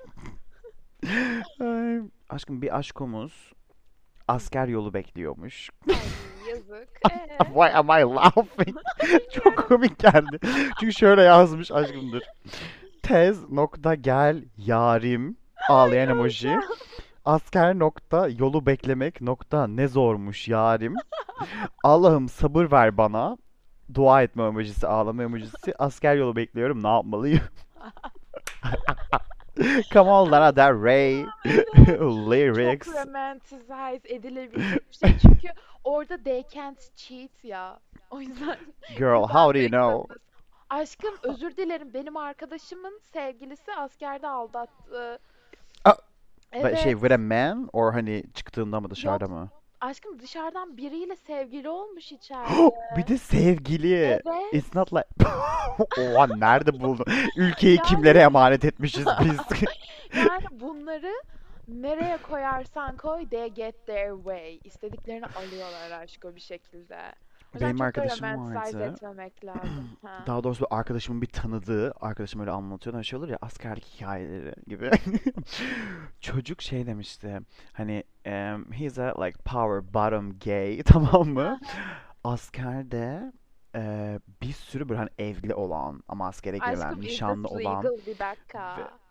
Ay, aşkım, bir aşkomuz Hı. asker yolu bekliyormuş. Ay yazık. Ee? Why am I laughing? Çok Bilmiyorum. komik geldi. Çünkü şöyle yazmış, aşkımdır. Tez nokta gel yarim, Ay ağlayan emoji. öleceğim. Asker nokta yolu beklemek nokta ne zormuş yarim. Allah'ım sabır ver bana. Dua etme emojisi, ağlama emojisi. Asker yolu bekliyorum, ne yapmalıyım? Come on Lana Del Rey. Yani çok Lyrics. romanticize edilebilecek bir şey. Çünkü orada they can't cheat ya. O yüzden Girl, how do you güvenmek know? zorundasın. Aşkım özür dilerim. Benim arkadaşımın sevgilisi askerde aldattı. Ah, ve şey, with a Evet. man or hani çıktığında mı, dışarıda Yok mı? aşkım dışarıdan biriyle sevgili olmuş içeride. Bir de sevgili. It's Evet. not like... Oha, nerede buldun? Ülkeyi kimlere Yani emanet etmişiz biz? yani bunları nereye koyarsan koy they get their way. İstediklerini alıyorlar aşko bir şekilde. O yüzden Benim çok da arkadaşım romanticize vardı. etmemek lazım. Ha. Daha doğrusu bir arkadaşımın bir tanıdığı, arkadaşım öyle anlatıyordu. Hani şey olur ya, askerlik hikayeleri gibi. Çocuk şey demişti. Hani em, he's a like power bottom gay, tamam mı? Askerde e, bir sürü böyle hani evli olan ama askere Aşkım gelen, is nişanlı this olan legal? Bir ve dakika.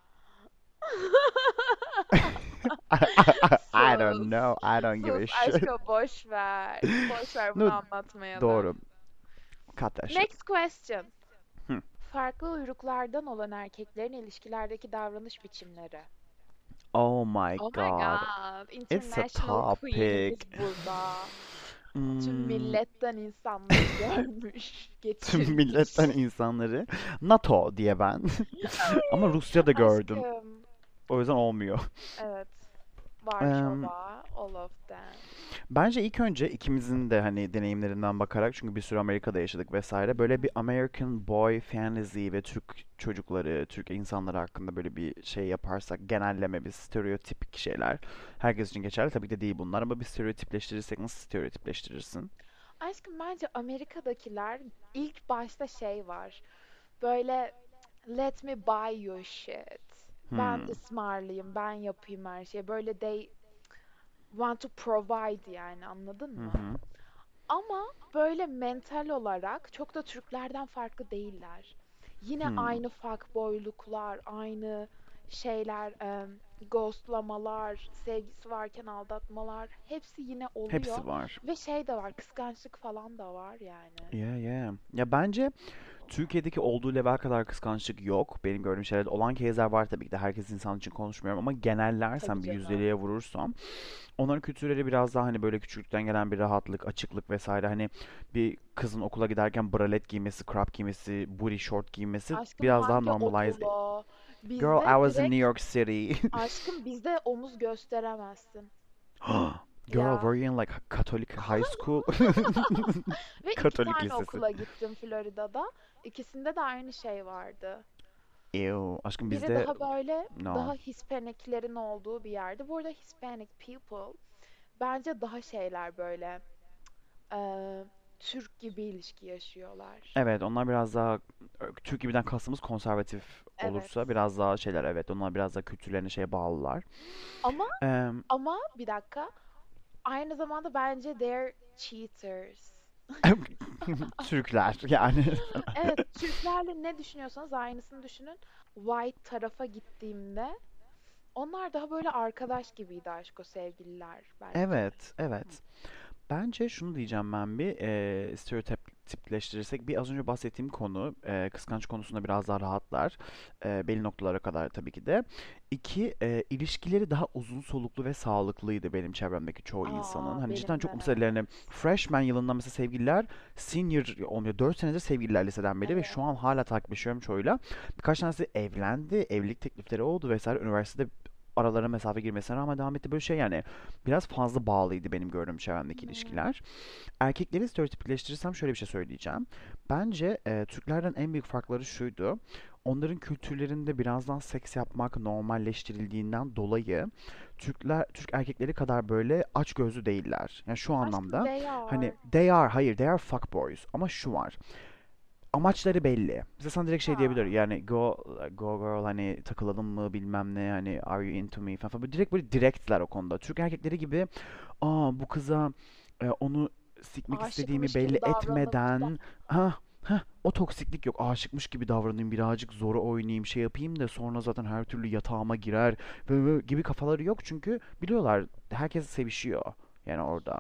I don't Sus. know. I don't give Sus a shit. aşko boş ver. Boş ver bunu No, anlatmayalım. doğru. Cut that shit. Next question. Hmm. Farklı uyruklardan olan erkeklerin ilişkilerdeki davranış biçimleri. Oh my Oh my God. god. It's a International topic. Queen'imiz burada. Tüm Hmm, milletten insanları görmüş, tüm milletten geçirmiş. insanları NATO diye ben. Ama Rusya'da gördüm. Aşkım. O yüzden olmuyor. Evet. Em, Varşova, all of them. Bence ilk önce ikimizin de hani deneyimlerinden bakarak çünkü bir sürü Amerika'da yaşadık vesaire Hı böyle bir hı. American Boy Fantasy ve Türk çocukları, Türk insanları hakkında böyle bir şey yaparsak genelleme bir stereotipik şeyler. Herkes için geçerli tabii ki de değil bunlar ama bir stereotipleştirirsek nasıl stereotipleştirirsin? Aşkım bence Amerika'dakiler ilk başta şey var. Böyle let me buy your shit. Ben Hmm. ısmarlayayım, ben yapayım her şeyi. Böyle they want to provide yani anladın Hı mı? hı. Ama böyle mental olarak çok da Türklerden farklı değiller. Yine Hmm. aynı fuckboyluklar, aynı şeyler, em, ghostlamalar, sevgisi varken aldatmalar hepsi yine oluyor. Hepsi var. Ve şey de var, kıskançlık falan da var yani. Yeah, yeah. Ya bence Türkiye'deki olduğu level kadar kıskançlık yok. Benim gördüğüm şeylerde olan case'ler var tabii ki de. Herkes insan için konuşmuyorum ama Tabii genellersem bir canım. yüzdeliğe vurursam onların kültürleri biraz daha hani böyle küçüklükten gelen bir rahatlık, açıklık vesaire. Hani bir kızın okula giderken bralette giymesi, crop giymesi, booty short giymesi Aşkım biraz daha hangi normalized. okulu? Girl, I Bizde was in New direkt York City. aşkım bizde omuz gösteremezsin. Girl, Ya. were you in like Catholic high school? Ve iki Katolik tane lisesi. okula gittim Florida'da. İkisinde de aynı şey vardı. Ew, aşkım Biri bizde daha böyle no. daha Hispanic'lerin olduğu bir yerde. Bu arada Hispanic people bence daha şeyler böyle eee, Türk gibi ilişki yaşıyorlar. Evet, onlar biraz daha Türk gibiden kastımız konservatif Evet. olursa biraz daha şeyler evet onlar biraz daha kültürlerine şeye bağlılar. Ama Em, ama bir dakika. Aynı zamanda bence they're cheaters. Türkler yani. Evet, Türklerle ne düşünüyorsanız aynısını düşünün. White tarafa gittiğimde onlar daha böyle arkadaş gibiydi aşk o sevgililer bence. Evet, evet. Bence şunu diyeceğim ben bir e, stereotipleştirirsek bir az önce bahsettiğim konu e, kıskanç konusunda biraz daha rahatlar e, belli noktalara kadar tabii ki de. İki e, ilişkileri daha uzun soluklu ve sağlıklıydı benim çevremdeki çoğu insanın. Aa Hani cidden benim çok de. mesela hani freshman yılında mesela sevgililer senior olmuyor. Dört senedir sevgililer liseden beri ve şu an Evet. hala takipleşiyorum çoğuyla. Birkaç tanesi evlendi, evlilik teklifleri oldu vesaire. Üniversitede aralara mesafe girmesine rağmen devam etti böyle şey yani biraz fazla bağlıydı benim gördüğüm çevremdeki Hmm. ilişkiler. Erkekleri stereotipleştirirsem şöyle bir şey söyleyeceğim. Bence e, Türklerden en büyük farkları şuydu. Onların kültürlerinde birazdan seks yapmak normalleştirildiğinden dolayı Türkler Türk erkekleri kadar böyle açgözlü değiller. Yani şu Aşkım anlamda they hani are. they are hayır they are fuckboys ama şu var. Amaçları belli. Mesela sana direkt şey diyebilir. Ha. Yani go go girl hani takılalım mı bilmem ne hani are you into me falan. Böyle direkt böyle direktler o konuda. Türk erkekleri gibi aa bu kıza e, onu sikmek istediğimi Aşıkmış belli gibi davranıp da. etmeden ha ha o toksiklik yok. Aşıkmış gibi davranayım birazcık zora oynayayım şey yapayım da sonra zaten her türlü yatağıma girer ve ve gibi kafaları yok çünkü biliyorlar herkes sevişiyor yani orada.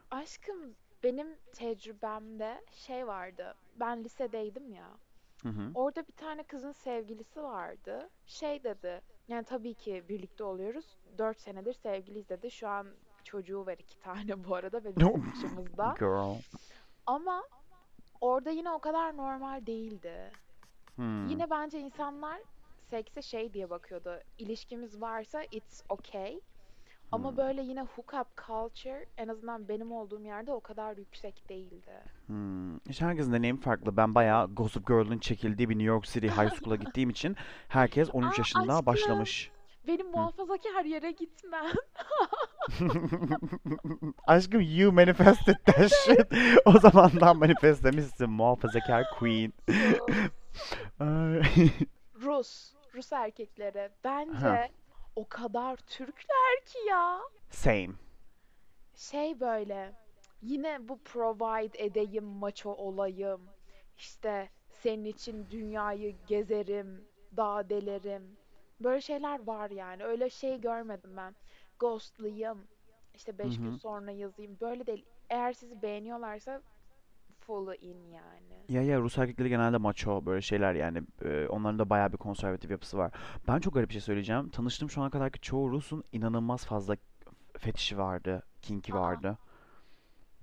Aşkım benim tecrübemde şey vardı. Ben lisedeydim ya. Hı hı. Orada bir tane kızın sevgilisi vardı. Şey dedi. Yani tabii ki birlikte oluyoruz. Dört senedir sevgiliyiz dedi. Şu an çocuğu var iki tane bu arada ve bizim dışımızda. Girl. Ama orada yine o kadar normal değildi. Hmm. Yine bence insanlar sekse şey diye bakıyordu. İlişkimiz varsa it's okay. Ama Hmm. böyle yine hookup culture en azından benim olduğum yerde o kadar yüksek değildi. Hmm. İşte herkesin deneyimi farklı. Ben bayağı Gossip Girl'ün çekildiği bir New York City High School'a gittiğim için herkes on üç Aa yaşında aşkım, başlamış. benim Hı. muhafazakar yere gitmem. Aşkım you manifested that shit. O zamandan manifestlemişsin muhafazakar queen. Sus. Ay. Rus, Rus erkekleri Ha, bence o kadar Türkler ki ya. same. Şey böyle yine bu provide edeyim, maço olayım. İşte senin için dünyayı gezerim, dağ delerim. Böyle şeyler var yani. Öyle şey görmedim ben. Ghostlayayım. İşte Hı beş gün hı. sonra yazayım. Böyle değil. Eğer sizi beğeniyorlarsa full in yani. Ya ya Rus erkekleri genelde macho böyle şeyler yani e, onların da bayağı bir konservatif yapısı var. Ben çok garip bir şey söyleyeceğim. Tanıştığım şu ana kadarki çoğu Rus'un inanılmaz fazla fetişi vardı, kinki Aa, vardı.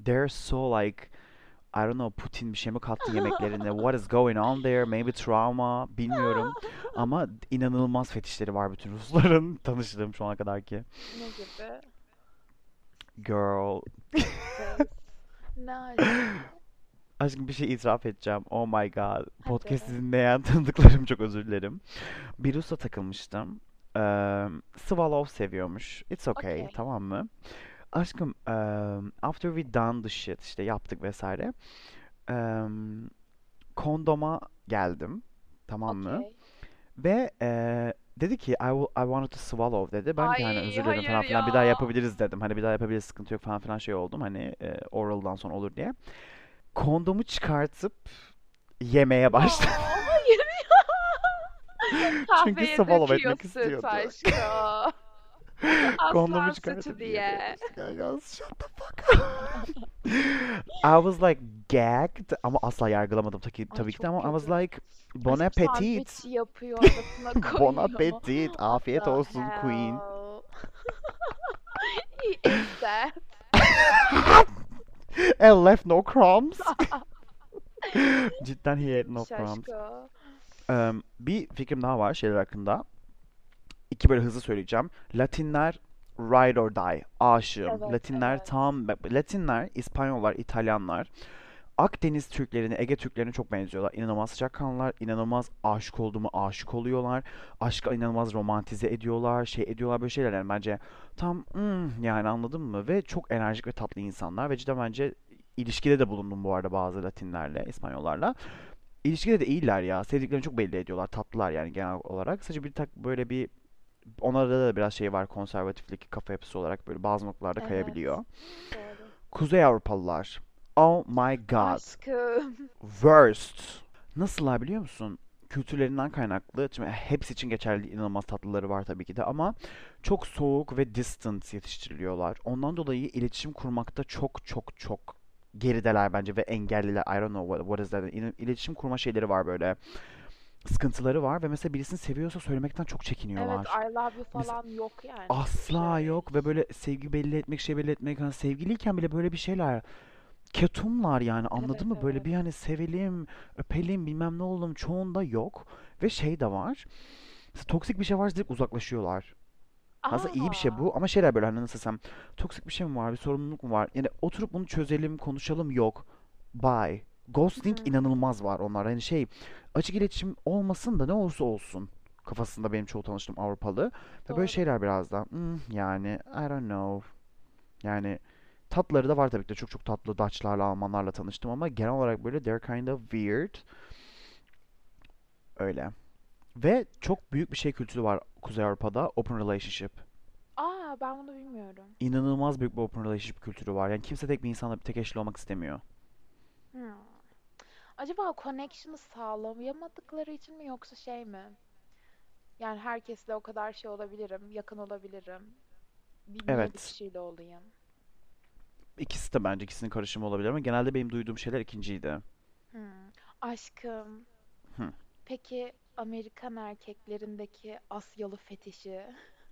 they're so like I don't know, Putin bir şey mi kattı yemeklerine? What is going on there? Maybe trauma, bilmiyorum. Ama inanılmaz fetişleri var bütün Rusların tanıştığım şu ana kadar ki. Ne gibi? Girl. Kız. Ne alaka? Aşkım bir şey itiraf edeceğim. Oh my god. Hadi. Podcast dinleyen tanıdıklarım çok özür dilerim. Bir Rus'la takılmıştım. Eee Swallow seviyormuş. It's okay, Okey. tamam mı? Aşkım, eee, after we done the shit işte yaptık vesaire. Eee, kondoma geldim. Tamam mı? Okey. Ve eee, dedi ki I, will, I wanted to swallow dedi. Ben ki hani Ay özür dilerim hayır falan filan ya. bir daha yapabiliriz dedim. Hani bir daha yapabiliriz sıkıntı yok falan filan şey oldum. Hani eee, oral'dan sonra olur diye. Kondomu çıkartıp yemeye Ya başladı. hayır ya. Çünkü Kahveye swallow döküyor etmek süt istiyordu. aşkım. Kondomu Aslan sütü çıkartıp diye. yemeye başladı. Shut the fuck up. I was like gagged ama asla yargılamadım tabii, Ay tabii ki de çok ama I was kötü. like bon Aşkım appetit. sandviç yapıyor arasına Bon koyuyor. appetit. What Afiyet the olsun queen. hell? He ate that. And left no crumbs. Cidden he ate no crumbs. Şaşkı. Em, bir fikrim daha var şeyler hakkında. İki böyle hızlı söyleyeceğim. Latinler ride or die. Aşığım. Evet, Latinler evet. tam... bak, Latinler, İspanyollar, İtalyanlar. Akdeniz Türklerine, Ege Türklerine çok benziyorlar. İnanılmaz sıcakkanlılar, inanılmaz aşık olduğumu aşık oluyorlar. Aşkı inanılmaz romantize ediyorlar, şey ediyorlar böyle şeyler yani bence tam hmm, yani anladın mı? Ve çok enerjik ve tatlı insanlar ve cidden bence ilişkide de bulundum bu arada bazı Latinlerle, İspanyollarla. İlişkide de iyiler ya. Sevdiklerini çok belli ediyorlar. Tatlılar yani genel olarak. Sadece bir tak böyle bir onlarda da biraz şey var konservatiflik kafa yapısı olarak böyle bazı noktalarda Evet. kayabiliyor. Doğru. Kuzey Avrupalılar. Oh my god. Aşkım. Worst. Nasıllar biliyor musun? Kültürlerinden kaynaklı. Şimdi hepsi için geçerli inanılmaz tatlıları var tabii ki de ama çok soğuk ve distant yetiştiriliyorlar. Ondan dolayı iletişim kurmakta çok çok çok gerideler bence ve engelliler. I don't know what, what is that. İl- İletişim kurma şeyleri var böyle. Sıkıntıları var ve mesela birisini seviyorsa söylemekten çok Evet, çekiniyorlar. I love you Mesela falan yok yani hiçbir asla şey. yok ve böyle sevgi belli etmek, şey belli etmek, hani sevgiliyken bile böyle bir şeyler ketumlar yani Evet, anladın mı? Böyle evet. bir hani sevelim, öpelim, bilmem ne olalım çoğunda yok. Ve şey de var. Mesela toksik bir şey varsa direkt uzaklaşıyorlar. Aslında iyi bir şey Aa. bu ama şeyler böyle hani nasıl desem toksik bir şey mi var, bir sorumluluk mu var? Yani oturup bunu çözelim, konuşalım yok. Bye. Ghosting Hı. inanılmaz var onlar. Hani şey açık iletişim olmasın da ne olursa olsun kafasında benim çoğu tanıştığım Avrupalı. Ve böyle Doğru. şeyler biraz da "Hmm, yani I don't know. Yani tatları da var tabii ki de çok çok tatlı Dutchlarla, Almanlarla tanıştım ama genel olarak böyle they're kind of weird. Öyle. Ve çok büyük bir şey kültürü var Kuzey Avrupa'da. Open relationship. Aa, ben bunu bilmiyorum. İnanılmaz büyük bir open relationship kültürü var. Yani kimse tek bir insanla tek eşli olmak istemiyor. Hmm. Acaba o connection'ı sağlayamadıkları için mi yoksa şey mi? Yani herkesle o kadar şey olabilirim, yakın olabilirim. Bir, niye bir Evet. kişiyle olayım? İkisi de bence ikisinin karışımı olabilir ama genelde benim duyduğum şeyler ikinciydi. Hmm. Aşkım, Hı. peki Amerikan erkeklerindeki Asyalı fetişi?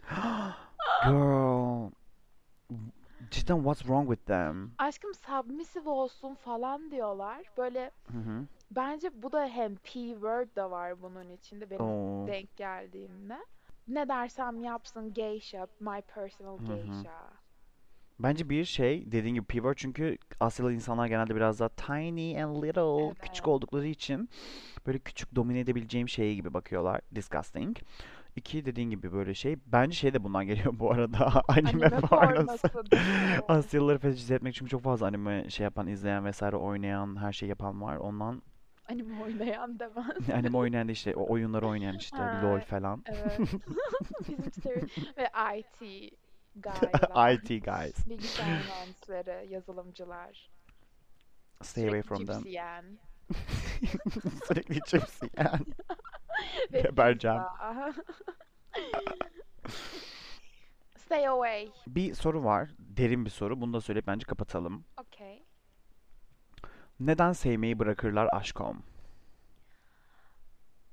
Girl. Cidden what's wrong with them? Aşkım submissive olsun falan diyorlar. Böyle Hı hı. bence bu da hem P-word da var bunun içinde benim Oo. denk geldiğimde. Ne dersem yapsın geisha, my personal Hı hı. geisha. Bence bir şey dediğin gibi pivot çünkü Asyalı insanlar genelde biraz daha tiny and little küçük Evet. oldukları için böyle küçük domine edebileceğim şey gibi bakıyorlar. Disgusting. İki dediğin gibi böyle şey. Bence şey de bundan geliyor bu arada. Anime Anime pornosu. pornosu değil mi? Asyalıları fetiş etmek çünkü çok fazla anime şey yapan, izleyen vesaire oynayan, her şey yapan var. Ondan Anime oynayan demez. anime oynayan da işte o oyunları oynayan işte LOL Ha, falan. evet. Bizim seri ve I T guy'lar. I T guys. Bilgisayar mühendisleri, yazılımcılar. Stay away Sürekli from cips them. yiyen Sürekli chips yiyen. ve Gebercem. pizza. Stay away. Bir soru var. Derin bir soru. Bunu da söyleyip bence kapatalım. Okay. Neden sevmeyi bırakırlar aşkım?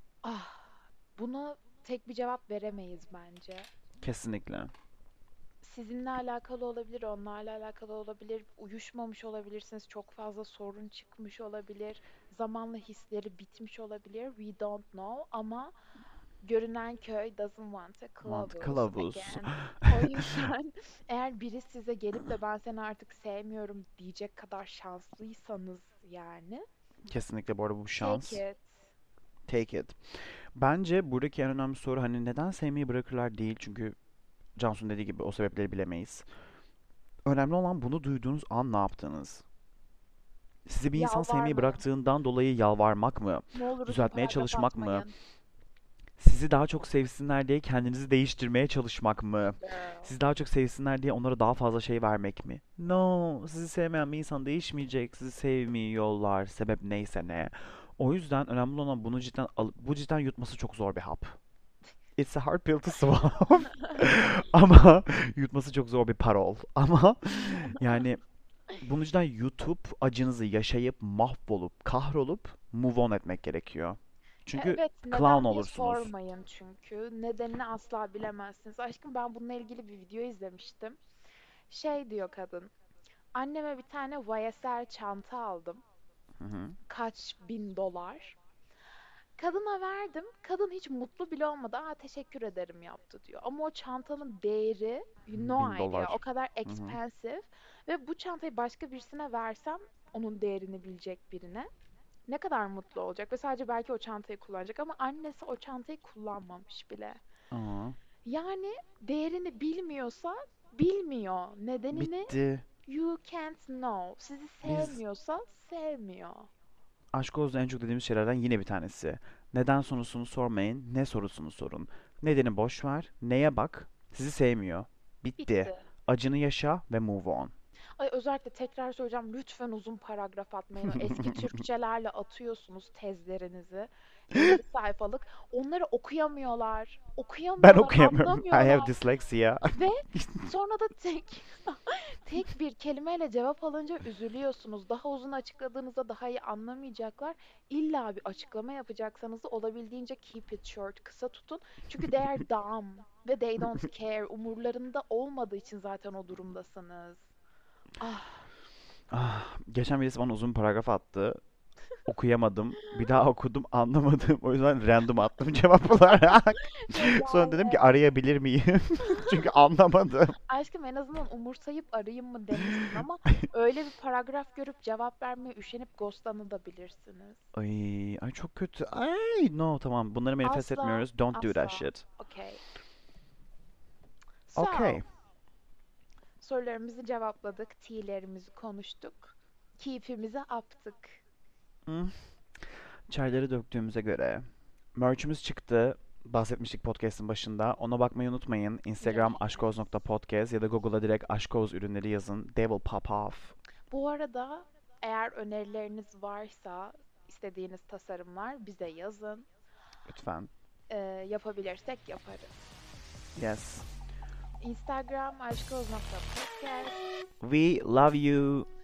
Ah, buna tek bir cevap veremeyiz bence. Kesinlikle. sizinle alakalı olabilir, onlarla alakalı olabilir, uyuşmamış olabilirsiniz, çok fazla sorun çıkmış olabilir, zamanla hisleri bitmiş olabilir, we don't know ama görünen köy doesn't want a Want kılavuz kılavuz. again. O yüzden eğer biri size gelip de ben seni artık sevmiyorum diyecek kadar şanslıysanız yani Kesinlikle bu arada bu take şans. it. Take it. Bence buradaki en önemli soru hani neden sevmeyi bırakırlar değil. Çünkü Cansu'nun dediği gibi o sebepleri bilemeyiz. Önemli olan bunu duyduğunuz an ne yaptınız? Sizi bir insan sevmeyi Yalvarmayın. bıraktığından dolayı yalvarmak mı? Ne olur uzun Düzeltmeye paragraf çalışmak mı? atmayın. Sizi daha çok sevsinler diye kendinizi değiştirmeye çalışmak mı? Girl. Sizi daha çok sevsinler diye onlara daha fazla şey vermek mi? No, sizi sevmeyen bir insan değişmeyecek. Sizi sevmiyorlar. Sebep neyse ne. O yüzden önemli olan bunu cidden al- bu cidden yutması çok zor bir hap. It's a hard pill to swallow. Ama yutması çok zor bir parol. Ama yani bunu cidden yutup acınızı yaşayıp mahvolup kahrolup move on etmek gerekiyor. Çünkü Evet, clown neden diye olursunuz. sormayın çünkü. Nedenini asla bilemezsiniz. Aşkım ben bununla ilgili bir video izlemiştim. Şey diyor kadın. Anneme bir tane Y S L çanta aldım. Hı hı. Kaç bin dolar. Kadına verdim. Kadın hiç mutlu bile olmadı. Aa teşekkür ederim yaptı diyor. Ama o çantanın değeri no Bin idea. O dolar. kadar Hı hı. expensive. Ve bu çantayı başka birisine versem onun değerini bilecek birine. Ne kadar mutlu olacak ve sadece belki o çantayı kullanacak ama annesi o çantayı kullanmamış bile. Aa, Yani değerini bilmiyorsa bilmiyor. Nedenini bitti. you can't know. Sizi Biz sevmiyorsa sevmiyor. aşk olsun en çok dediğimiz şeylerden yine bir tanesi. Neden sorusunu sormayın, ne sorusunu sorun. Nedeni boş ver, neye bak, sizi sevmiyor. Bitti. Bitti. Acını yaşa ve move on. Ay özellikle tekrar söyleyeceğim lütfen uzun paragraf atmayın. O eski Türkçelerle atıyorsunuz tezlerinizi. elli sayfalık. Onları okuyamıyorlar. Ben Okuyamıyorlar, okuyamıyorum. I have anlamıyorlar. dyslexia. Ve sonra da tek tek bir kelimeyle cevap alınca üzülüyorsunuz. Daha uzun açıkladığınızda daha iyi anlamayacaklar. İlla bir açıklama yapacaksanız da olabildiğince keep it short, kısa tutun. Çünkü they are dumb ve they don't care. Umurlarında olmadığı için zaten o durumdasınız. Ah, Ah, geçen birisi bana uzun paragraf attı. Okuyamadım. Bir daha okudum, anlamadım. O yüzden random attım cevap olarak. Sonra dedim ki rezalet. arayabilir miyim? Çünkü anlamadım. Aşkım en azından umursayıp arayayım mı demişsin ama öyle bir paragraf görüp cevap vermeye üşenip ghostlanabilirsiniz. Ay, ay çok kötü. Ay, no tamam. Bunları manifest Asla, etmiyoruz. Don't do that asla. shit. Okay. So, Okay. sorularımızı cevapladık, T'lerimizi konuştuk, keyfimizi aptık. Hmm. Çayları döktüğümüze göre merch'ümüz çıktı. Bahsetmiştik podcast'ın başında. Ona bakmayı unutmayın. Instagram Yes. aşkoz nokta podcast ya da Google'a direkt aşkoz ürünleri yazın. They will pop off. Bu arada eğer önerileriniz varsa istediğiniz tasarımlar bize yazın. Lütfen. Ee, yapabilirsek yaparız. Yes. Instagram aşkoz nokta podcast. We love you.